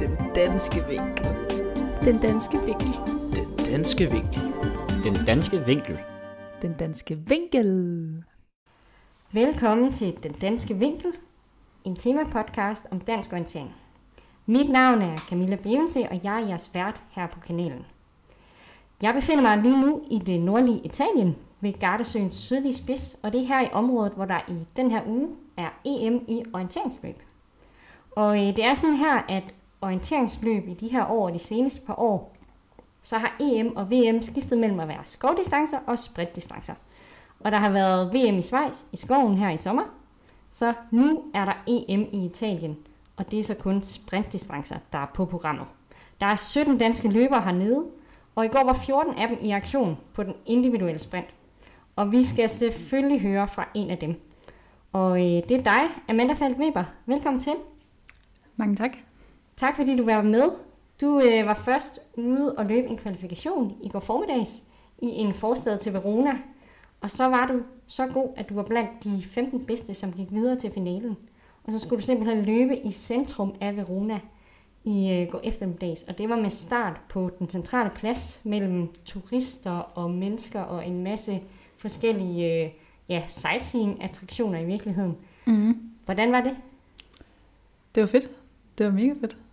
Den danske vinkel. Den danske vinkel. Den danske vinkel. Den danske vinkel. Den danske vinkel. Velkommen til Den danske vinkel, en temapodcast om dansk orientering. Mit navn er Camilla Bevense, og jeg er jeres vært her på kanalen. Jeg befinder mig lige nu i det nordlige Italien ved Gardasøens sydlige spids, og det er her i området, hvor der i den her uge er EM i orienteringsløb. Og det er sådan her, at orienteringsløb i de her år, de seneste par år, så har EM og VM skiftet mellem at være skovdistancer og sprintdistancer. Og der har været VM i Schweiz i skoven her i sommer, så nu er der EM i Italien, og det er så kun sprintdistancer, der er på programmet. Der er 17 danske løbere hernede, og i går var 14 af dem i aktion på den individuelle sprint. Og vi skal selvfølgelig høre fra en af dem. Og det er dig, Amanda Falk-Weber. Velkommen til. Mange tak. Tak fordi du var med. Du var først ude og løbe en kvalifikation i går formiddags i en forstad til Verona. Og så var du så god, at du var blandt de 15 bedste, som gik videre til finalen. Og så skulle du simpelthen løbe i centrum af Verona i går eftermiddags. Og det var med start på den centrale plads mellem turister og mennesker og en masse forskellige sightseeing-attraktioner i virkeligheden. Mm. Hvordan var det? Det var fedt. Det var mega fedt.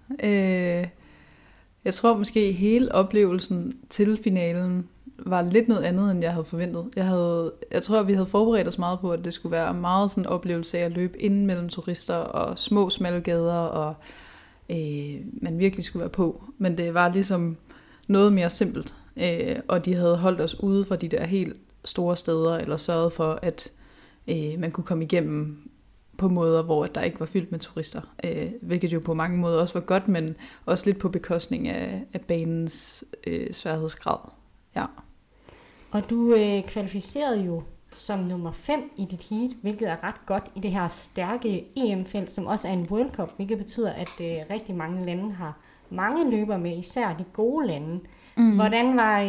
Jeg tror måske hele oplevelsen til finalen var lidt noget andet, end jeg havde forventet. Jeg tror, vi havde forberedt os meget på, at det skulle være meget sådan en oplevelse af at løbe inden mellem turister og små, smalle gader, og man virkelig skulle være på. Men det var ligesom noget mere simpelt. Og de havde holdt os ude fra de der helt store steder, eller sørget for, at man kunne komme igennem på måder, hvor der ikke var fyldt med turister. Hvilket jo på mange måder også var godt, men også lidt på bekostning af banens sværhedsgrad. Ja. Og du kvalificerede jo som nummer 5 i dit heat, hvilket er ret godt i det her stærke EM-felt, som også er en World Cup, hvilket betyder, at rigtig mange lande har mange løbere med, især de gode lande. Mm. Hvordan var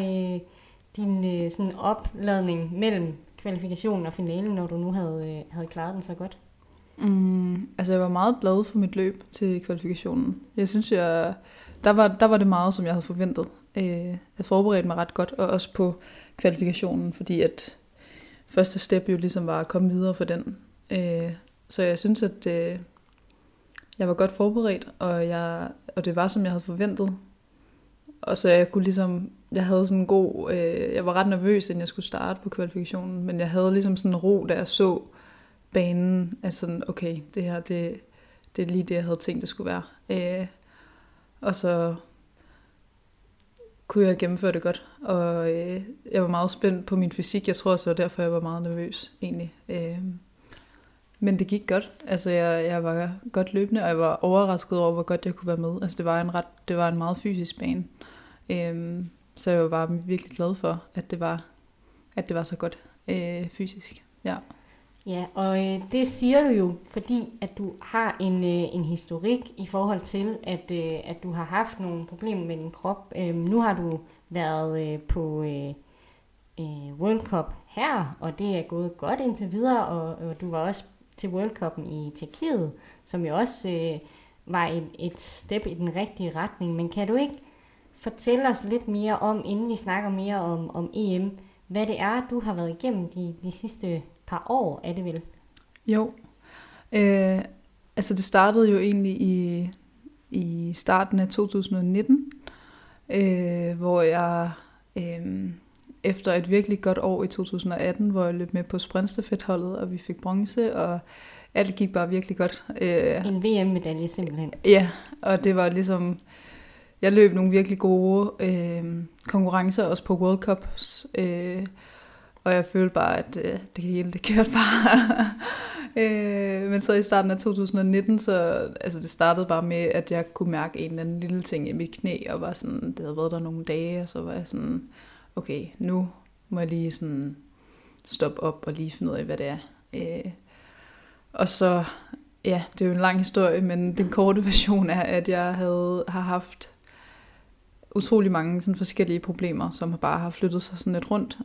din sådan opladning mellem kvalifikationen og finalen, når du nu havde klaret den så godt? Altså jeg var meget glad for mit løb til kvalifikationen. Jeg synes, der var det meget, som jeg havde forventet. Jeg forberedte mig ret godt, og også på kvalifikationen, fordi at første step jo ligesom var at komme videre for den. Så jeg synes, at jeg var godt forberedt, og det var, som jeg havde forventet. Og så jeg havde sådan en god, jeg var ret nervøs, inden jeg skulle starte på kvalifikationen, men jeg havde ligesom sådan en ro, da jeg så banen, at sådan, okay, det her, det er lige det, jeg havde tænkt, det skulle være. Og så kunne jeg gennemføre det godt, og jeg var meget spændt på min fysik. Jeg tror også, det var derfor, jeg var meget nervøs, egentlig. Men det gik godt. Altså, jeg var godt løbende, og jeg var overrasket over, hvor godt jeg kunne være med. Altså, det var en meget fysisk bane. Så jeg var bare virkelig glad for, at det var så godt fysisk. Ja. Ja, og det siger du jo, fordi at du har en historik i forhold til, at du har haft nogle problemer med din krop. Nu har du været på World Cup her, og det er gået godt indtil videre, og du var også til World Cup'en i Tjekkiet, som jo også var et step i den rigtige retning. Men kan du ikke fortælle os lidt mere om, inden vi snakker mere om EM, hvad det er, du har været igennem de sidste par år, er det vel? Jo. Altså det startede jo egentlig i starten af 2019, hvor jeg efter et virkelig godt år i 2018, hvor jeg løb med på sprintstafetholdet, og vi fik bronze, og alt gik bare virkelig godt. En VM-medalje simpelthen. Ja, og det var ligesom, jeg løb nogle virkelig gode konkurrencer, også på World Cups, og jeg følte bare, at det hele, det kørte bare. Men så i starten af 2019, så altså det startede bare med, at jeg kunne mærke en eller anden lille ting i mit knæ, og var sådan, det havde været der nogle dage, og så var jeg sådan, okay, nu må jeg lige sådan stoppe op og lige finde ud af, hvad det er. Og så, ja, det er jo en lang historie, men den korte version er, at jeg har haft utrolig mange sådan forskellige problemer, som bare har flyttet sig sådan lidt rundt.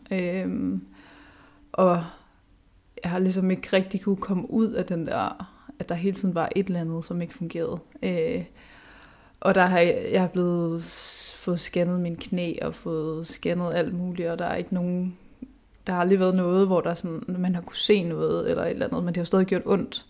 Og jeg har ligesom ikke rigtig kunne komme ud af den der, at der hele tiden var et eller andet, som ikke fungerede. Og jeg har fået scannet mine knæ og fået scannet alt muligt, og der er ikke nogen... Der har aldrig været noget, hvor der sådan, man har kunne se noget eller et eller andet, men det har stadig gjort ondt.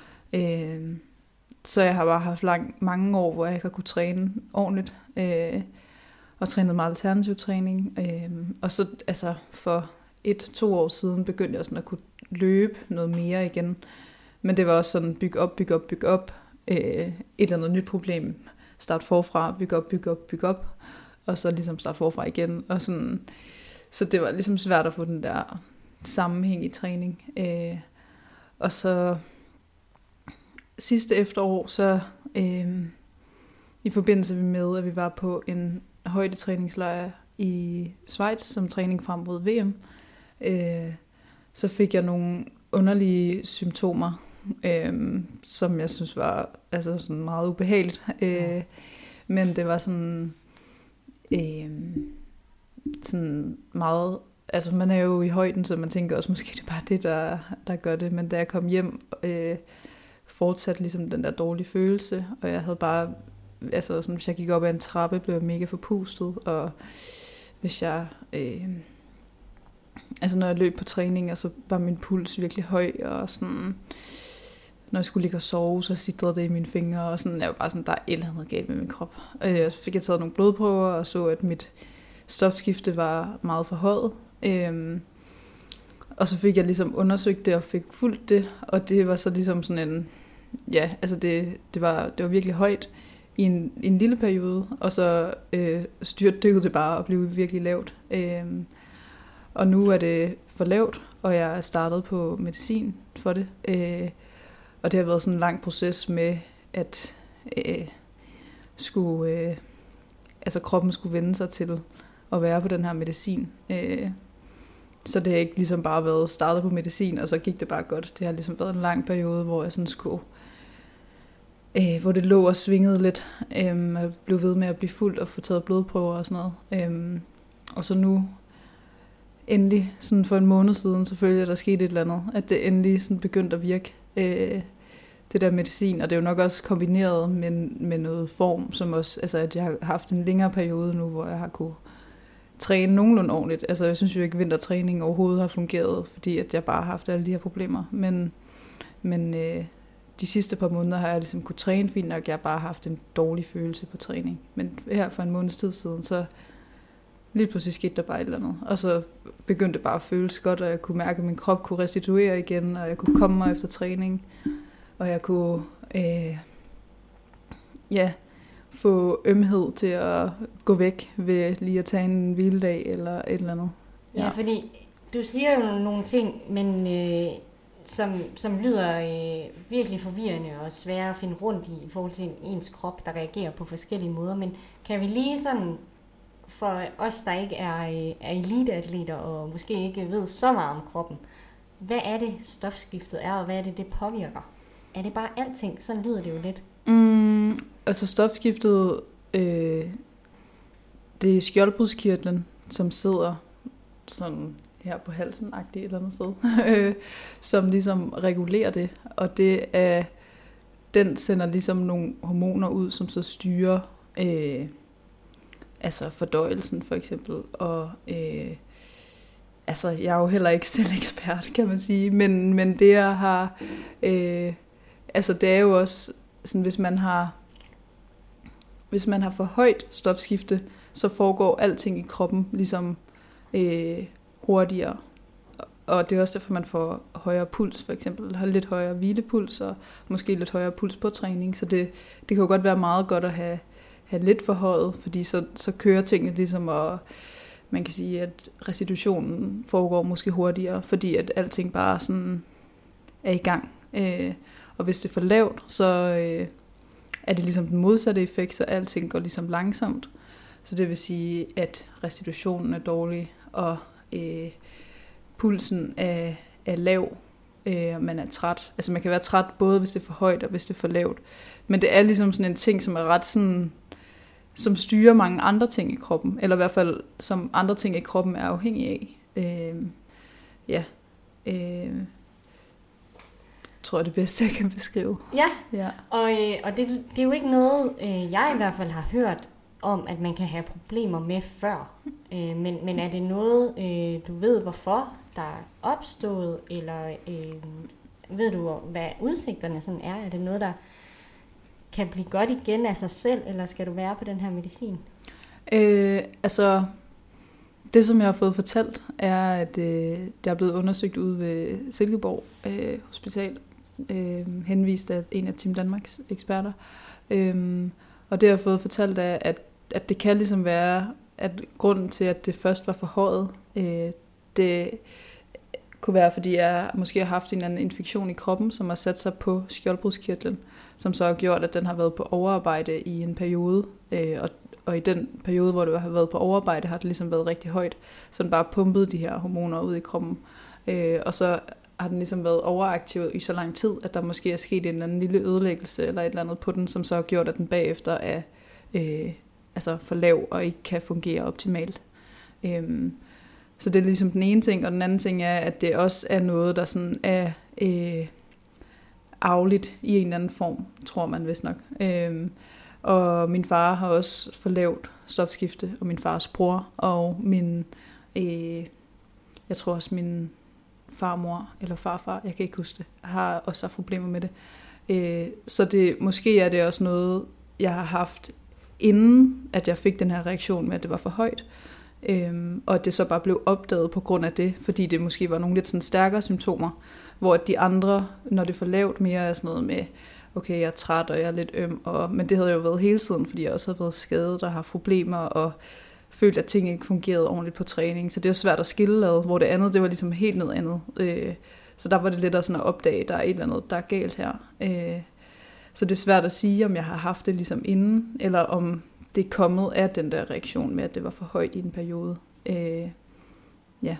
Så jeg har bare haft mange år, hvor jeg ikke har kunne træne ordentligt, og trænet meget alternativ træning. Og så altså for 1-2 år siden begyndte jeg sådan at kunne løbe noget mere igen. Men det var også sådan bygge op. Et eller andet nyt problem. Start forfra, bygge op. Og så ligesom starte forfra igen. Og sådan, så det var ligesom svært at få den der sammenhæng i træning. Og så sidste efterår, så i forbindelse med, at vi var på en højdetræningslejr i Schweiz som træning frem mod VM, så fik jeg nogle underlige symptomer, som jeg synes var altså sådan meget ubehageligt. Men det var sådan meget... Altså man er jo i højden, så man tænker også, måske det er bare det, der gør det. Men da jeg kom hjem, fortsatte ligesom den der dårlige følelse, og jeg havde bare... Altså sådan, hvis jeg gik op ad en trappe, blev jeg mega forpustet, og hvis jeg... altså når jeg løb på træning, så var min puls virkelig høj, og sådan... Når jeg skulle ligge og sove, så sidrede det i mine fingre, og sådan, jeg var bare sådan, der er et eller andet galt med min krop. Så fik jeg taget nogle blodprøver, og så, at mit stofskifte var meget forhøjet. Og så fik jeg ligesom undersøgt det, og fik fulgt det, og det var så ligesom sådan en... Ja, altså det var virkelig højt i en lille periode, og så styrtdykkede det bare og blev virkelig lavt. Og nu er det for lavt, og jeg er startet på medicin for det. Og det har været sådan en lang proces med, at kroppen skulle vende sig til at være på den her medicin. Så det har ikke ligesom bare været startet på medicin, og så gik det bare godt. Det har ligesom været en lang periode, hvor jeg sådan skulle... hvor det lå og svingede lidt. Jeg blev ved med at blive fuldt og få taget blodprøver og sådan noget. Og så nu... Endelig, sådan for en måned siden, så følte jeg, at der skete et eller andet. At det endelig sådan begyndte at virke, det der medicin. Og det er jo nok også kombineret med noget form, som også, altså at jeg har haft en længere periode nu, hvor jeg har kunne træne nogenlunde ordentligt. Altså jeg synes jo ikke, at vintertræning overhovedet har fungeret, fordi at jeg bare har haft alle de her problemer. Men de sidste par måneder har jeg ligesom kunne træne fint nok, jeg har bare haft en dårlig følelse på træning. Men her for en måneds tid siden, så lige pludselig skete der bare et eller andet. Og så begyndte det bare at føles godt, og jeg kunne mærke, at min krop kunne restituere igen, og jeg kunne komme mig efter træning. Og jeg kunne få ømhed til at gå væk ved lige at tage en hviledag eller et eller andet. Ja, fordi du siger jo nogle ting, men som lyder virkelig forvirrende og svære at finde rundt i forhold til ens krop, der reagerer på forskellige måder. Men kan vi lige sådan... For os, der ikke er eliteatleter og måske ikke ved så meget om kroppen, hvad er det stofskiftet er, og hvad er det påvirker? Er det bare alting? Sådan lyder det jo lidt. Altså stofskiftet, det er skjoldbruskkirtlen, som sidder sådan her på halsen-agtigt et eller andet sted, som ligesom regulerer det. Og det er, den sender ligesom nogle hormoner ud, som så styrer... altså fordøjelsen for eksempel, og altså jeg er jo heller ikke selv ekspert, kan man sige, men det jeg har, altså det er jo også sådan, hvis man har for højt stofskifte, så foregår alting i kroppen ligesom hurtigere, og det er også derfor man får højere puls for eksempel, har lidt højere hvilepuls og måske lidt højere puls på træning, så det kan jo godt være meget godt at have lidt forhøjet, fordi så kører tingene ligesom, og man kan sige, at restitutionen foregår måske hurtigere, fordi at alting bare sådan er i gang. Og hvis det er for lavt, så er det ligesom den modsatte effekt, så alting går ligesom langsomt. Så det vil sige, at restitutionen er dårlig, og pulsen er lav, og man er træt. Altså man kan være træt både hvis det er for højt og hvis det er for lavt. Men det er ligesom sådan en ting, som er ret sådan... som styrer mange andre ting i kroppen, eller i hvert fald som andre ting i kroppen er afhængige af. tror jeg, det bedste, jeg kan beskrive. Ja. Og det er jo ikke noget, jeg i hvert fald har hørt om, at man kan have problemer med før. Men er det noget, du ved, hvorfor der er opstået, eller ved du, hvad udsigterne sådan er? Er det noget, der kan blive godt igen af sig selv, eller skal du være på den her medicin? Altså, det som jeg har fået fortalt, er, at jeg er blevet undersøgt ude ved Silkeborg Hospital, henvist af en af Team Danmarks eksperter. Og det jeg har fået fortalt er, at det kan ligesom være, at grunden til, at det først var forhøjet, det kunne være, fordi jeg måske har haft en eller anden infektion i kroppen, som har sat sig på skjoldbruskkirtlen, som så har gjort, at den har været på overarbejde i en periode, og i den periode, hvor det har været på overarbejde, har det ligesom været rigtig højt, så den bare pumpede de her hormoner ud i kroppen. Og så har den ligesom været overaktiv i så lang tid, at der måske er sket en eller anden lille ødelæggelse eller et eller andet på den, som så har gjort, at den bagefter er altså for lav og ikke kan fungere optimalt. Så det er ligesom den ene ting, og den anden ting er, at det også er noget, der sådan er arveligt i en eller anden form, tror man vist nok. Og min far har også for lavt stofskifte, og min fars bror, og jeg tror også min farmor eller farfar, jeg kan ikke huske det, har også haft problemer med det. Så det, måske er det også noget, jeg har haft, inden at jeg fik den her reaktion med, at det var for højt. Og at det så bare blev opdaget på grund af det, fordi det måske var nogle lidt sådan stærkere symptomer, hvor de andre, når det er for lavt, mere er sådan noget med, okay, jeg er træt, og jeg er lidt øm, men det havde jo været hele tiden, fordi jeg også havde været skadet og har problemer, og følt, at ting ikke fungerede ordentligt på træning, så det er svært at skille ad, hvor det andet, det var ligesom helt noget andet. Så der var det lidt sådan at opdage, at der er et eller andet, der er galt her. Så det er svært at sige, om jeg har haft det ligesom inden, eller om det er kommet af den der reaktion med, at det var for højt i en periode. Ja.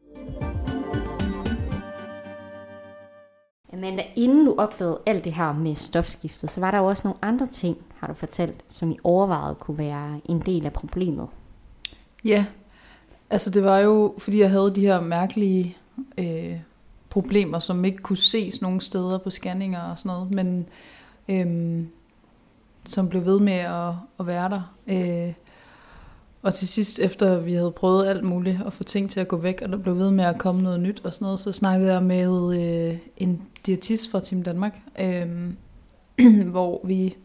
Amanda, inden du opdagede alt det her med stofskiftet, så var der jo også nogle andre ting, har du fortalt, som I overvejede kunne være en del af problemet. Ja, altså det var jo, fordi jeg havde de her mærkelige problemer, som ikke kunne ses nogen steder på scanninger og sådan noget, men som blev ved med at være der. Og til sidst, efter vi havde prøvet alt muligt at få ting til at gå væk, og der blev ved med at komme noget nyt og sådan noget, så snakkede jeg med en diætist fra Team Danmark, hvor vi...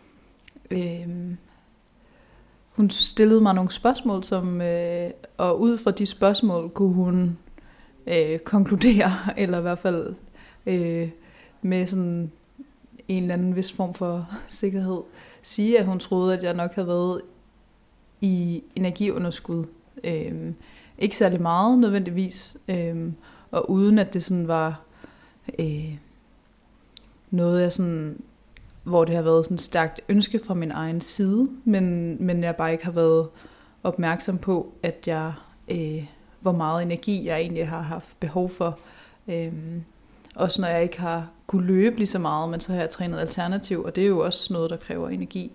hun stillede mig nogle spørgsmål, og ud fra de spørgsmål kunne hun konkludere, eller i hvert fald med sådan en eller anden vis form for sikkerhed, sige, at hun troede, at jeg nok havde været i energiunderskud. Ikke særlig meget nødvendigvis, og uden at det sådan var noget af sådan, hvor det har været sådan et stærkt ønske fra min egen side, men jeg bare ikke har været opmærksom på, at jeg hvor meget energi jeg egentlig har haft behov for. Også når jeg ikke har kunne løbe lige så meget, men så har jeg trænet alternativ, og det er jo også noget, der kræver energi.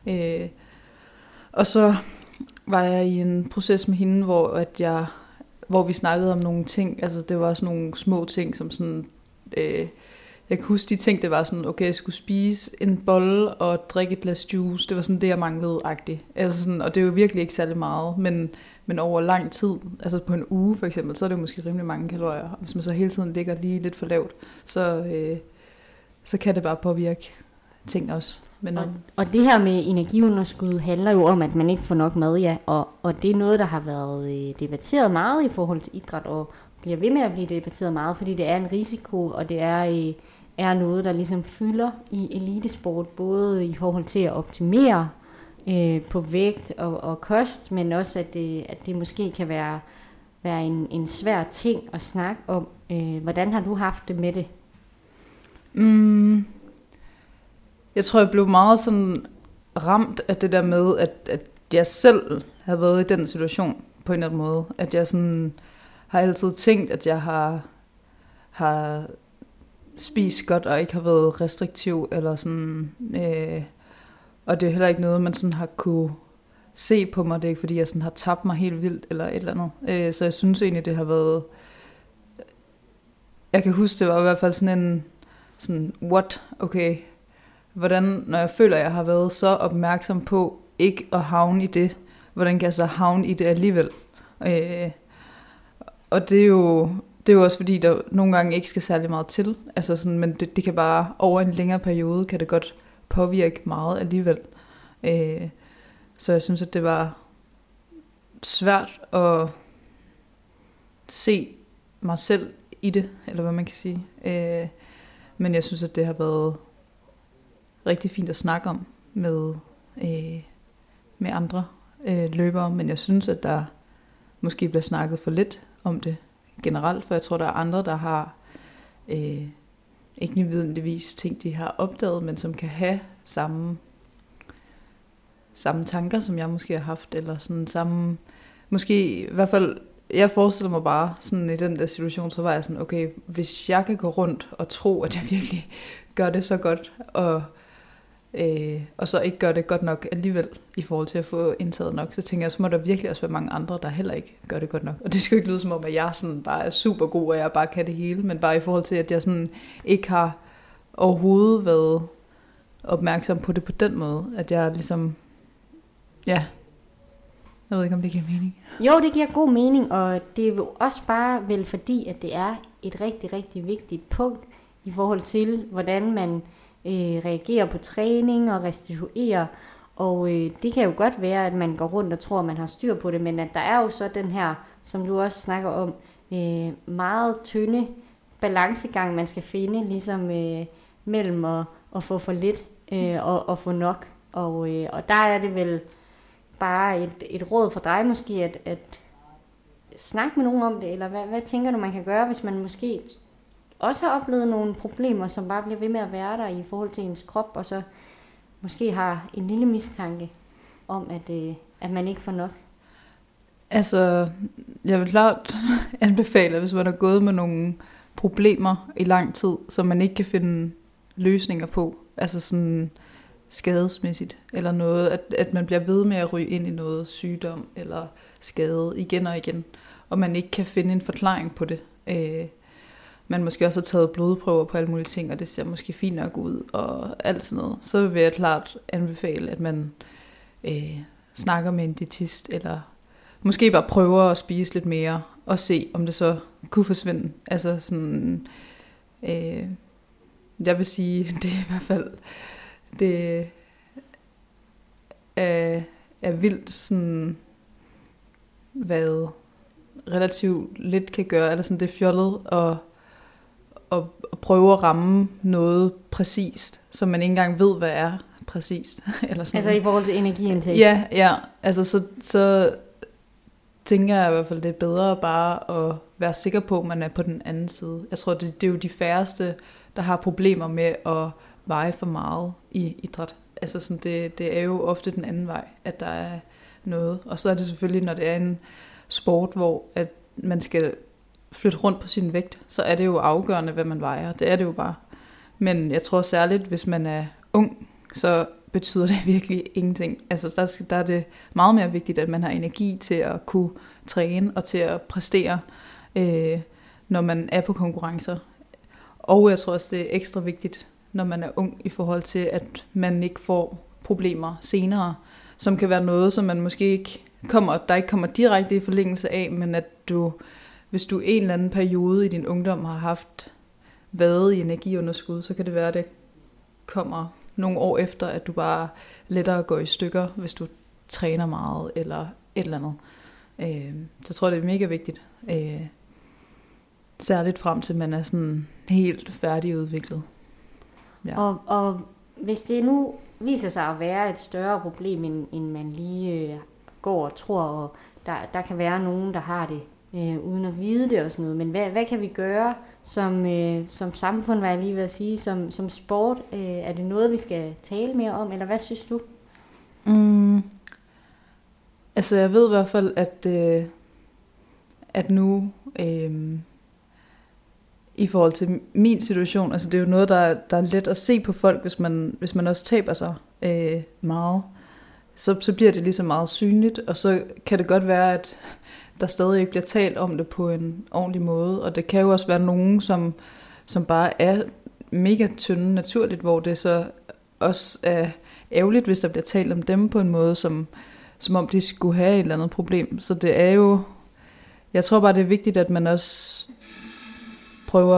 Og så var jeg i en proces med hende, hvor vi snakkede om nogle ting. Altså det var sådan nogle små ting, som sådan... jeg kan huske de ting, det var sådan, okay, jeg skulle spise en bolle og drikke et glas juice. Det var sådan det, jeg manglede-agtigt. Altså sådan, og det er jo virkelig ikke særlig meget, men over lang tid, altså på en uge for eksempel, så er det jo måske rimelig mange kalorier. Hvis man så hele tiden ligger lige lidt for lavt, så kan det bare påvirke ting også. Og det her med energiunderskud handler jo om, at man ikke får nok mad, ja. Og det er noget, der har været debatteret meget i forhold til idræt, og bliver ved med at blive debatteret meget, fordi det er en risiko, og det er noget, der ligesom fylder i elitesport, både i forhold til at optimere på vægt og kost, men også at det måske kan være en svær ting at snakke om. Hvordan har du haft det med det? Jeg tror, jeg blev meget sådan ramt af det der med, at jeg selv havde været i den situation på en eller anden måde. At jeg sådan har altid tænkt, at jeg har spist godt og ikke har været restriktiv eller sådan. Og det er heller ikke noget, man sådan har kunne se på mig. Det er ikke fordi, jeg sådan har tabt mig helt vildt eller et eller andet. Så jeg synes egentlig, det har været... Jeg kan huske, det var i hvert fald sådan sådan, okay, hvordan, når jeg føler, at jeg har været så opmærksom på ikke at havne i det, hvordan kan jeg så havne i det alligevel? Og det er jo også fordi, der nogle gange ikke skal særlig meget til, altså sådan, men det kan bare, over en længere periode, kan det godt påvirke meget alligevel. Så jeg synes, at det var svært at se mig selv i det, eller hvad man kan sige. Men jeg synes, at det har været rigtig fint at snakke om med andre løbere, men jeg synes, at der måske bliver snakket for lidt om det generelt, for jeg tror, der er andre, der har ikke nødvendigvis ting, de har opdaget, men som kan have samme tanker, som jeg måske har haft, eller sådan samme, måske i hvert fald, jeg forestiller mig bare sådan i den der situation, så var jeg sådan, okay, hvis jeg kan gå rundt og tro, at jeg virkelig gør det så godt, og så ikke gør det godt nok alligevel i forhold til at få indtaget nok, så tænker jeg, så må der virkelig også være mange andre, der heller ikke gør det godt nok. Og det skal jo ikke lyde som om, at jeg sådan bare er super god, og jeg bare kan det hele, men bare i forhold til, at jeg sådan ikke har overhovedet været opmærksom på det på den måde, at jeg ligesom, ja, jeg ved ikke, om det giver mening. Jo, det giver god mening, og det er jo også bare vel fordi, at det er et rigtig, rigtig vigtigt punkt i forhold til, hvordan man reagerer på træning og restituerer. Og det kan jo godt være, at man går rundt og tror, at man har styr på det, men at der er jo så den her, som du også snakker om, meget tynde balancegang, man skal finde, ligesom mellem at få for lidt og få nok. Og der er det vel bare et råd for dig måske, at snakke med nogen om det, eller hvad tænker du, man kan gøre, hvis man måske også har oplevet nogle problemer, som bare bliver ved med at være der i forhold til ens krop, og så måske har en lille mistanke om, at man ikke får nok? Altså, jeg vil klart anbefale, hvis man har gået med nogle problemer i lang tid, som man ikke kan finde løsninger på, altså sådan skadesmæssigt, eller noget, at man bliver ved med at ryge ind i noget sygdom, eller skade igen og igen, og man ikke kan finde en forklaring på det. Man måske også har taget blodprøver på alle mulige ting, og det ser måske fint nok ud, og alt sådan noget. Så vil jeg klart anbefale, at man snakker med en diætist, eller måske bare prøver at spise lidt mere, og se, om det så kunne forsvinde. Altså sådan, jeg vil sige, det er i hvert fald, det er vildt sådan, hvad relativt lidt kan gøre, eller sådan det er fjollet, og prøve at ramme noget præcist, som man ikke engang ved, hvad er præcist. Eller sådan. Altså i forhold til energiindtag? Ja, altså så tænker jeg i hvert fald, det er bedre bare at være sikker på, at man er på den anden side. Jeg tror, det er jo de færreste, der har problemer med at veje for meget i idræt. Altså sådan, det er jo ofte den anden vej, at der er noget. Og så er det selvfølgelig, når det er en sport, hvor at man skal flytte rundt på sin vægt, så er det jo afgørende, hvad man vejer. Det er det jo bare. Men jeg tror særligt, hvis man er ung, så betyder det virkelig ingenting. Altså der er det meget mere vigtigt, at man har energi til at kunne træne og til at præstere, når man er på konkurrencer. Og jeg tror også, det er ekstra vigtigt, når man er ung, i forhold til, at man ikke får problemer senere, som kan være noget, som man måske ikke kommer direkte i forlængelse af, men at hvis du en eller anden periode i din ungdom har haft været i energiunderskud, så kan det være, at det kommer nogle år efter, at du bare lettere går i stykker, hvis du træner meget eller et eller andet. Så jeg tror, det er mega vigtigt. Særligt frem til, man er sådan helt færdigudviklet. Ja. Og hvis det nu viser sig at være et større problem, end man lige går og tror, og der kan være nogen, der har det uden at vide det og sådan noget. Men hvad kan vi gøre som samfund, hvad jeg lige vil sige, som sport? Er det noget, vi skal tale mere om, eller hvad synes du? Altså jeg ved i hvert fald, at nu i forhold til min situation, altså det er jo noget, der er let at se på folk, hvis man også taber sig meget. Så bliver det ligesom meget synligt, og så kan det godt være, at der stadig ikke bliver talt om det på en ordentlig måde. Og det kan jo også være nogen, som bare er mega tynde naturligt, hvor det så også er ærgerligt, hvis der bliver talt om dem på en måde, som om de skulle have et eller andet problem. Så det er jo, jeg tror bare, det er vigtigt, at man også prøver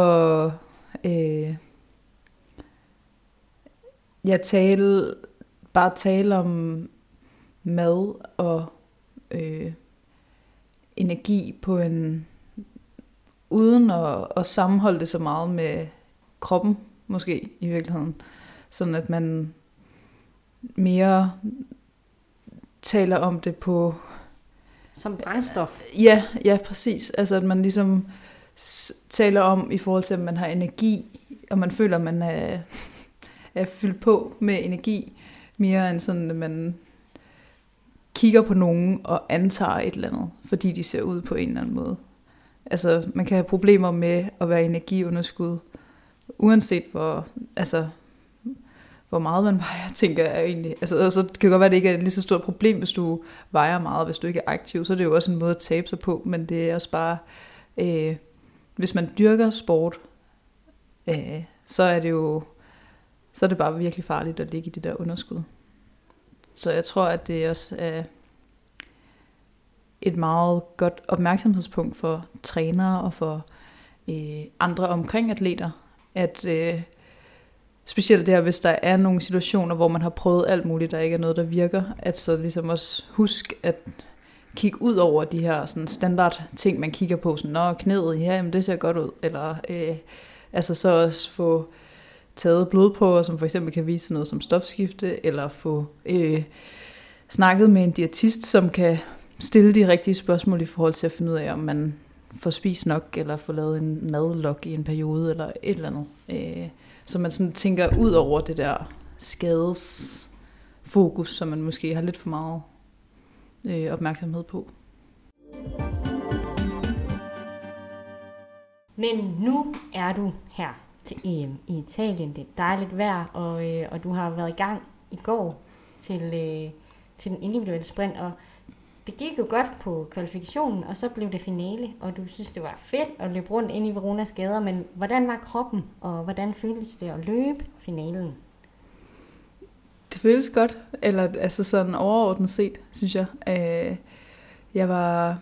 at tale om mad og energi på en, uden at sammenholde det så meget med kroppen, måske i virkeligheden. Sådan at man mere taler om det på... Som brændstof? Ja, præcis. Altså at man ligesom taler om i forhold til, at man har energi, og man føler, at man er fyldt på med energi, mere end sådan, at man kigger på nogen og antager et eller andet, fordi de ser ud på en eller anden måde. Altså, man kan have problemer med at være energiunderskud, uanset hvor meget man vejer, tænker jeg egentlig. Altså, og så kan det godt være, at det ikke er et lige så stort problem, hvis du vejer meget, hvis du ikke er aktiv. Så er det jo også en måde at tabe sig på, men det er også bare, hvis man dyrker sport, så er det bare virkelig farligt at ligge i det der underskud. Så jeg tror, at det også er et meget godt opmærksomhedspunkt for trænere og for andre omkring atleter, at specielt der, hvis der er nogle situationer, hvor man har prøvet alt muligt, der ikke er noget, der virker, at så ligesom også husk at kigge ud over de her sådan standard ting, man kigger på, sådan, knæet, ja, jamen det ser godt ud, eller altså så også få taget blodprøver, som for eksempel kan vise noget som stofskifte, eller få snakket med en diætist, som kan stille de rigtige spørgsmål i forhold til at finde ud af, om man får spist nok, eller får lavet en madlog i en periode, eller et eller andet. Så man sådan tænker ud over det der skadesfokus, som man måske har lidt for meget opmærksomhed på. Men nu er du her til EM i Italien. Det er dejligt vejr, og du har været i gang i går til den individuelle sprint, og det gik jo godt på kvalifikationen, og så blev det finale, og du synes, det var fedt at løbe rundt ind i Veronas gader, men hvordan var kroppen, og hvordan føltes det at løbe finalen? Det føles godt, eller altså sådan overordnet set, synes jeg. Jeg var...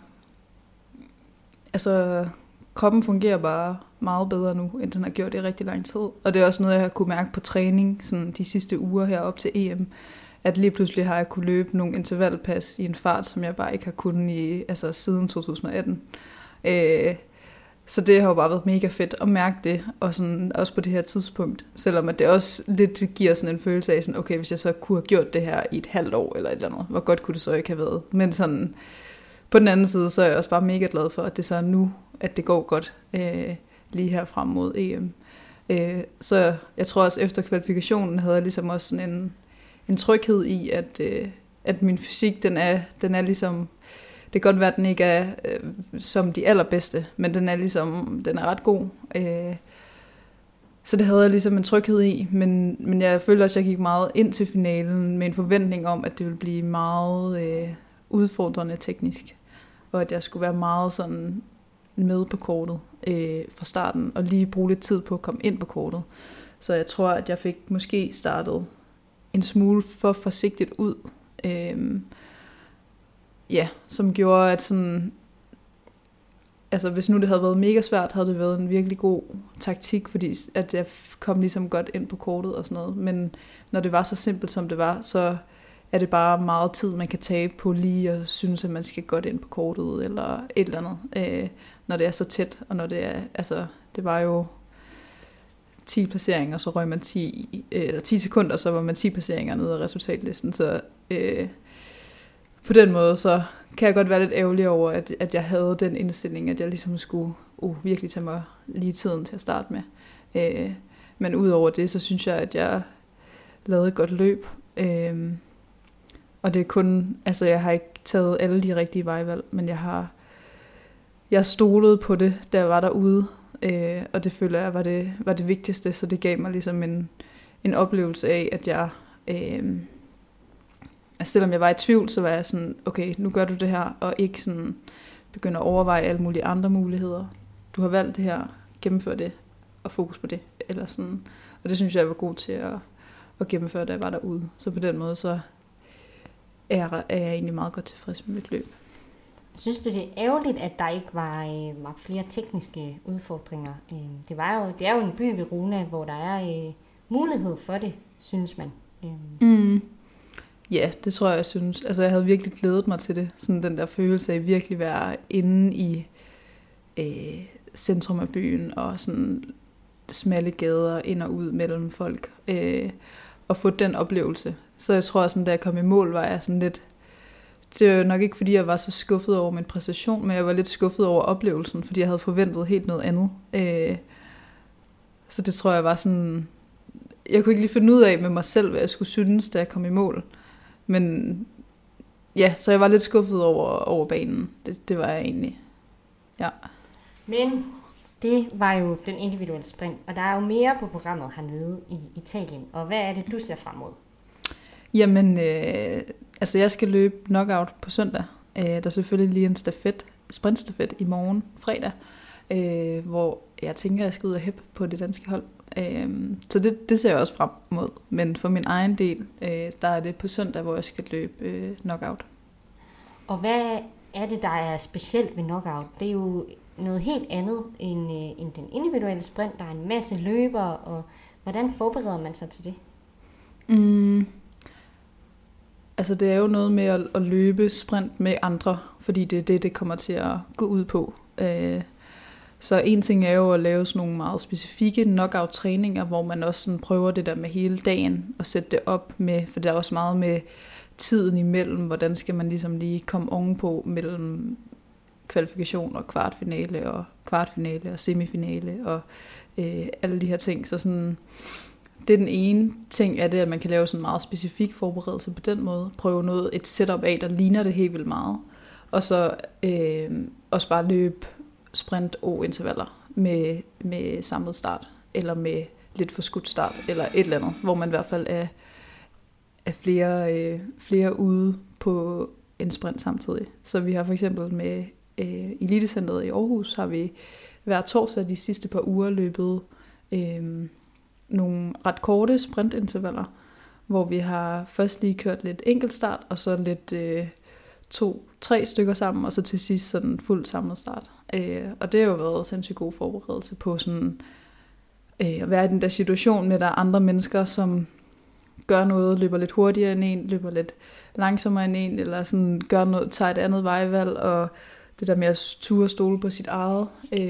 Altså, kroppen fungerer bare meget bedre nu, end den har gjort i rigtig lang tid. Og det er også noget, jeg har kunne mærke på træning sådan de sidste uger her op til EM. At lige pludselig har jeg kunne løbe nogle intervalpas i en fart, som jeg bare ikke har kunnet siden 2018. Så det har jo bare været mega fedt at mærke det, og sådan, også på det her tidspunkt. Selvom at det også lidt giver sådan en følelse af, sådan, okay, hvis jeg så kunne have gjort det her i et halvt år eller et eller andet, hvor godt kunne det så ikke have været. Men sådan, på den anden side, så er jeg også bare mega glad for, at det så er nu, at det går godt lige her frem mod EM. Så jeg tror også, efter kvalifikationen havde jeg ligesom også sådan en tryghed i, at min fysik, den er ligesom, det kan godt være, at den ikke er som de allerbedste, men den er ret god. Så det havde jeg ligesom en tryghed i, men jeg følte også, at jeg gik meget ind til finalen med en forventning om, at det ville blive meget udfordrende teknisk, og at jeg skulle være meget sådan med på kortet fra starten, og lige bruge lidt tid på at komme ind på kortet. Så jeg tror, at jeg fik måske startet en smule for forsigtigt ud, som gjorde, at sådan, altså hvis nu det havde været mega svært, havde det været en virkelig god taktik, fordi at jeg kom ligesom godt ind på kortet og sådan noget, men når det var så simpelt som det var, så er det bare meget tid, man kan tabe på lige at synes, at man skal godt ind på kortet, eller et eller andet, når det er så tæt, og når det er, altså det var jo 10 placeringer, så røg man 10 sekunder, så var man 10 placeringer nede af resultatlisten. Så på den måde, så kan jeg godt være lidt ærgerlig over, at jeg havde den indstilling, at jeg ligesom skulle virkelig tage mig lige tiden til at starte med. Men udover det, så synes jeg, at jeg lavede et godt løb. Og det er kun, altså jeg har ikke taget alle de rigtige vejvalg, men jeg stolede på det, da jeg var derude. Og det føler jeg var det vigtigste, så det gav mig ligesom en oplevelse af, at jeg, selvom jeg var i tvivl, så var jeg sådan, okay, nu gør du det her, og ikke sådan begynder at overveje alle mulige andre muligheder. Du har valgt det her, gennemfør det, og fokus på det. eller sådan. Og det synes jeg var god til at gennemføre, da jeg var derude. Så på den måde, så er jeg egentlig meget godt tilfreds med mit løb. Synes du, det er ærgerligt, at der ikke var flere tekniske udfordringer? Det er jo en by ved Runa, hvor der er mulighed for det, synes man. Ja, det tror jeg synes. Altså, jeg havde virkelig glædet mig til det. Sådan den der følelse af virkelig være inde i centrum af byen, og sådan smalle gader ind og ud mellem folk, og få den oplevelse. Så jeg tror, sådan, da jeg kom i mål, var jeg sådan lidt... Det var nok ikke, fordi jeg var så skuffet over min præstation, men jeg var lidt skuffet over oplevelsen, fordi jeg havde forventet helt noget andet. Så det tror jeg var sådan... Jeg kunne ikke lige finde ud af med mig selv, hvad jeg skulle synes, da jeg kom i mål. Men ja, så jeg var lidt skuffet over banen. Det var jeg egentlig. Ja. Men det var jo den individuelle sprint, og der er jo mere på programmet hernede i Italien. Og hvad er det, du ser frem mod? Jamen, altså jeg skal løbe knockout på søndag. Der er selvfølgelig lige en sprintstafet i morgen, fredag, hvor jeg tænker, at jeg skal ud og hæppe på det danske hold. Så det ser jeg også frem mod. Men for min egen del, der er det på søndag, hvor jeg skal løbe knockout. Og hvad er det, der er specielt ved knockout? Det er jo noget helt andet end den individuelle sprint. Der er en masse løbere, og hvordan forbereder man sig til det? Altså det er jo noget med at løbe sprint med andre, fordi det er det kommer til at gå ud på. Så en ting er jo at lave sådan nogle meget specifikke knockout-træninger, hvor man også sådan prøver det der med hele dagen og sætte det op med, for der er også meget med tiden imellem, hvordan skal man ligesom lige komme ovenpå mellem kvalifikation og kvartfinale og semifinale og alle de her ting. Så sådan, det er den ene ting af det, at man kan lave sådan en meget specifik forberedelse på den måde. Prøve et setup af, der ligner det helt vildt meget. Og så også bare løbe sprint og intervaller med samlet start, eller med lidt forskudt start, eller et eller andet, hvor man i hvert fald er flere ude på en sprint samtidig. Så vi har for eksempel med Elitecentret i Aarhus, har vi hver torsdag de sidste par uger løbet nogle ret korte sprintintervaller, hvor vi har først lige kørt lidt enkeltstart, og så lidt 2-3 stykker sammen, og så til sidst sådan fuld samlet start. Og det har jo været sindssygt god forberedelse på sådan at være i den der situation med, at der er andre mennesker, som gør noget, løber lidt hurtigere end en, løber lidt langsommere end en, eller sådan gør noget, tager et andet vejvalg, og det der med at ture stole på sit eget,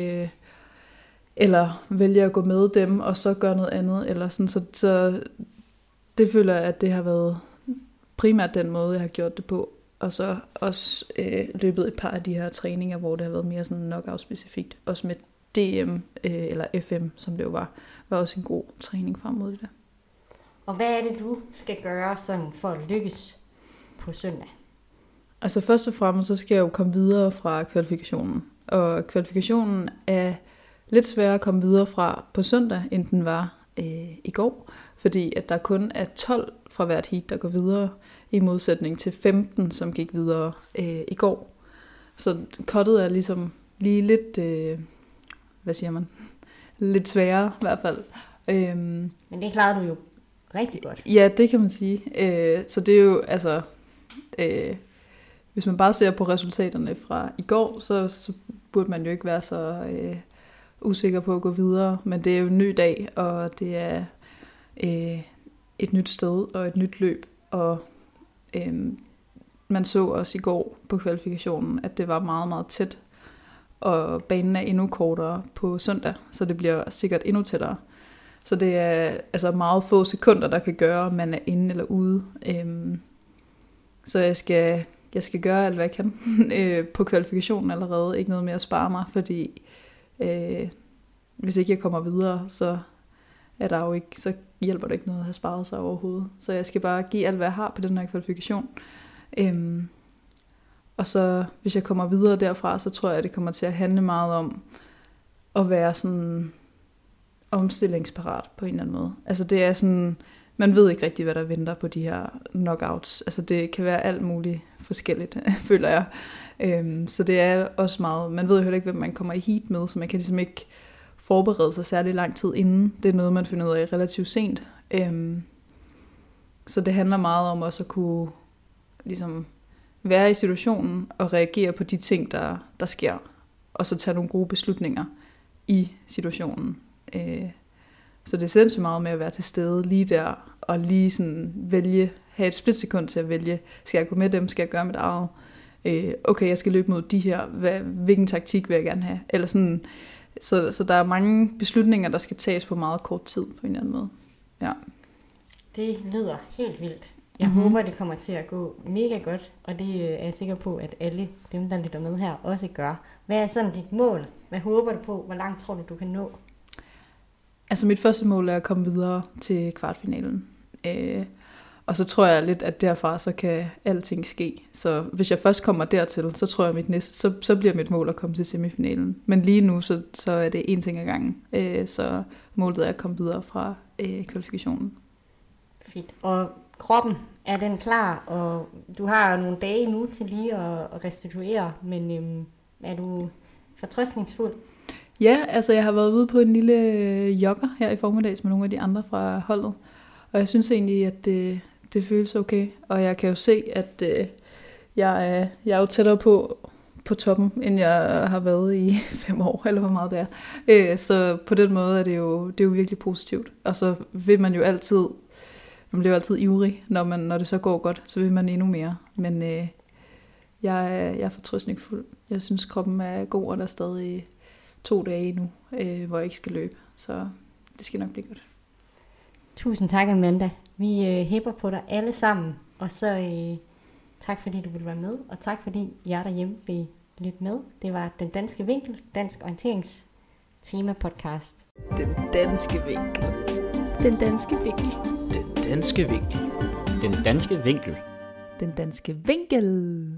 eller vælge at gå med dem, og så gøre noget andet, eller sådan, så det føler jeg, at det har været primært den måde, jeg har gjort det på, og så også løbet et par af de her træninger, hvor det har været mere sådan knockout-specifikt, også med DM eller FM, som det jo var også en god træning frem mod det. Og hvad er det, du skal gøre sådan for at lykkes på søndag? Altså først og fremmest, så skal jeg jo komme videre fra kvalifikationen. Og kvalifikationen er lidt sværere at komme videre fra på søndag, end den var i går. Fordi at der kun er 12 fra hvert heat, der går videre, i modsætning til 15, som gik videre i går. Så cuttet er ligesom lige lidt, lidt sværere i hvert fald. Men det klarede du jo rigtig godt. Ja, det kan man sige. Så det er jo, altså, hvis man bare ser på resultaterne fra i går, så burde man jo ikke være så usikker på at gå videre. Men det er jo en ny dag, og det er et nyt sted og et nyt løb. Og man så også i går på kvalifikationen, at det var meget, meget tæt. Og banen er endnu kortere på søndag, så det bliver sikkert endnu tættere. Så det er altså meget få sekunder, der kan gøre, om man er inde eller ude. Så jeg skal gøre alt, hvad jeg kan på kvalifikationen allerede. Ikke noget med at spare mig, fordi hvis ikke jeg kommer videre, så er der jo ikke, så hjælper det ikke noget at have sparet sig overhovedet. Så jeg skal bare give alt, hvad jeg har på den her kvalifikation. Og så hvis jeg kommer videre derfra, så tror jeg, at det kommer til at handle meget om at være sådan omstillingsparat på en eller anden måde. Altså det er sådan, man ved ikke rigtig, hvad der venter på de her knockouts. Altså det kan være alt muligt forskelligt, føler jeg. Så det er også meget, man ved jo heller ikke, hvem man kommer i heat med, så man kan ligesom ikke forberede sig særlig lang tid inden. Det er noget, man finder ud af relativt sent. Så det handler meget om også at kunne ligesom være i situationen og reagere på de ting, der sker. Og så tage nogle gode beslutninger i situationen. Så det er sindssygt meget med at være til stede lige der, og lige sådan have et splitsekund til at vælge, skal jeg gå med dem, skal jeg gøre mit eget? Okay, jeg skal løbe mod de her, hvilken taktik vil jeg gerne have? Eller sådan, så der er mange beslutninger, der skal tages på meget kort tid på en eller anden måde. Ja. Det lyder helt vildt. Jeg håber, det kommer til at gå mega godt, og det er jeg sikker på, at alle dem, der lytter med her, også gør. Hvad er sådan dit mål? Hvad håber du på? Hvor langt tror du kan nå? Altså mit første mål er at komme videre til kvartfinalen. Og så tror jeg lidt, at derfra så kan alting ske. Så hvis jeg først kommer dertil, så tror jeg, så bliver mit mål at komme til semifinalen. Men lige nu, så er det én ting ad gangen. Så målet er at komme videre fra kvalifikationen. Fint. Og kroppen, er den klar? Og du har nogle dage nu til lige at restituere, men er du fortrøstningsfuld? Ja, altså jeg har været ude på en lille jogger her i formiddags med nogle af de andre fra holdet. Og jeg synes egentlig, at det føles okay. Og jeg kan jo se, at jeg er jo tættere på toppen, end jeg har været i 5 år, eller hvor meget det er. Så på den måde er det er jo virkelig positivt. Og så vil man jo altid, man bliver jo altid ivrig, når det så går godt, så vil man endnu mere. Men jeg er fortrøstningsfuld. Jeg synes, kroppen er god, og der er stadig 2 dage nu, hvor jeg ikke skal løbe. Så det skal nok blive godt. Tusind tak, Amanda. Vi hæpper på dig alle sammen. Og så tak, fordi du ville være med. Og tak, fordi jer derhjemme vil lytte med. Det var Den Danske Vinkel, Dansk Orienterings tema-podcast. Den Danske Vinkel. Den Danske Vinkel. Den Danske Vinkel. Den Danske Vinkel. Den Danske Vinkel.